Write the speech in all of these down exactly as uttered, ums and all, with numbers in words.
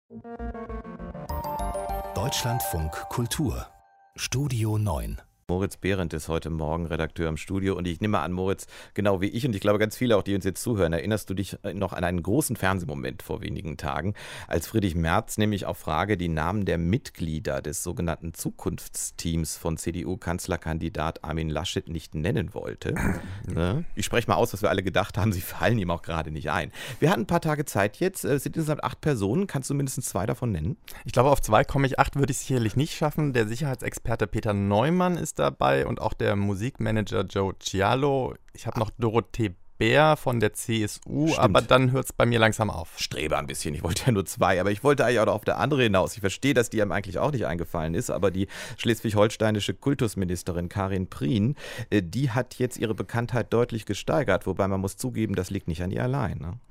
Deutschlandfunk Kultur Studio neun. Moritz Behrendt ist heute Morgen Redakteur im Studio und ich nehme an, Moritz, genau wie ich und ich glaube ganz viele auch, die uns jetzt zuhören, erinnerst du dich noch an einen großen Fernsehmoment vor wenigen Tagen, als Friedrich Merz nämlich auf Frage die Namen der Mitglieder des sogenannten Zukunftsteams von C D U-Kanzlerkandidat Armin Laschet nicht nennen wollte. Ne? Ich spreche mal aus, was wir alle gedacht haben, sie fallen ihm auch gerade nicht ein. Wir hatten ein paar Tage Zeit jetzt, es sind insgesamt acht Personen, kannst du mindestens zwei davon nennen? Ich glaube, auf zwei komme ich, acht würde ich sicherlich nicht schaffen. Der Sicherheitsexperte Peter Neumann ist dabei und auch der Musikmanager Joe Cialo. Ich habe noch Dorothee Bär von der C S U, Stimmt. Aber dann hört es bei mir langsam auf. Strebe ein bisschen, ich wollte ja nur zwei, aber ich wollte eigentlich auch noch auf der andere hinaus. Ich verstehe, dass die einem eigentlich auch nicht eingefallen ist, aber die schleswig-holsteinische Kultusministerin Karin Prien, die hat jetzt ihre Bekanntheit deutlich gesteigert, wobei man muss zugeben, das liegt nicht an ihr allein. Ne?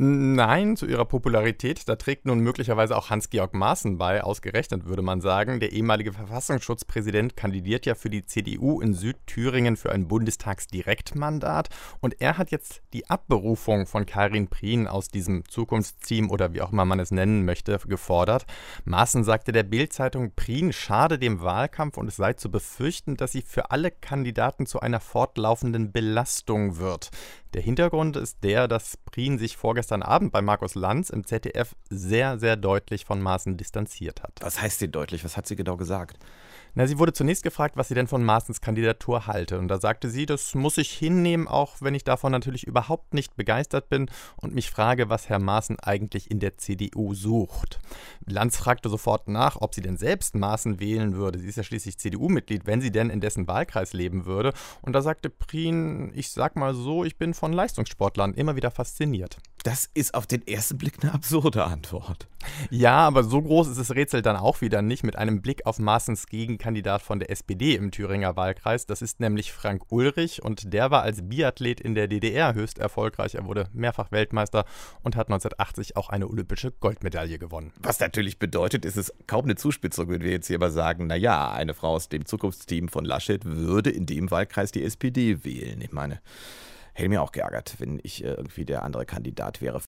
Nein, zu ihrer Popularität, da trägt nun möglicherweise auch Hans-Georg Maaßen bei, ausgerechnet würde man sagen. Der ehemalige Verfassungsschutzpräsident kandidiert ja für die C D U in Südthüringen für ein Bundestagsdirektmandat und er hat jetzt jetzt die Abberufung von Karin Prien aus diesem Zukunftsteam oder wie auch immer man es nennen möchte, gefordert. Maaßen sagte der Bild-Zeitung, Prien schade dem Wahlkampf und es sei zu befürchten, dass sie für alle Kandidaten zu einer fortlaufenden Belastung wird. Der Hintergrund ist der, dass Prien sich vorgestern Abend bei Markus Lanz im Z D F sehr, sehr deutlich von Maaßen distanziert hat. Was heißt sie deutlich? Was hat sie genau gesagt? Na, sie wurde zunächst gefragt, was sie denn von Maaßens Kandidatur halte. Und da sagte sie, das muss ich hinnehmen, auch wenn ich davon natürlich überhaupt nicht begeistert bin und mich frage, was Herr Maaßen eigentlich in der C D U sucht. Lanz fragte sofort nach, ob sie denn selbst Maaßen wählen würde. Sie ist ja schließlich C D U-Mitglied, wenn sie denn in dessen Wahlkreis leben würde. Und da sagte Prien, ich sag mal so, ich bin von Leistungssportlern immer wieder fasziniert. Das ist auf den ersten Blick eine absurde Antwort. Ja, aber so groß ist das Rätsel dann auch wieder nicht mit einem Blick auf Maaßens Gegenkandidat von der S P D im Thüringer Wahlkreis. Das ist nämlich Frank Ulrich und der war als Biathlet in der D D R höchst erfolgreich. Er wurde mehrfach Weltmeister und hat neunzehnhundertachtzig auch eine olympische Goldmedaille gewonnen. Was natürlich bedeutet, ist es kaum eine Zuspitzung, wenn wir jetzt hier mal sagen, naja, eine Frau aus dem Zukunftsteam von Laschet würde in dem Wahlkreis die S P D wählen. Ich meine, hätte mir auch geärgert, wenn ich irgendwie der andere Kandidat wäre.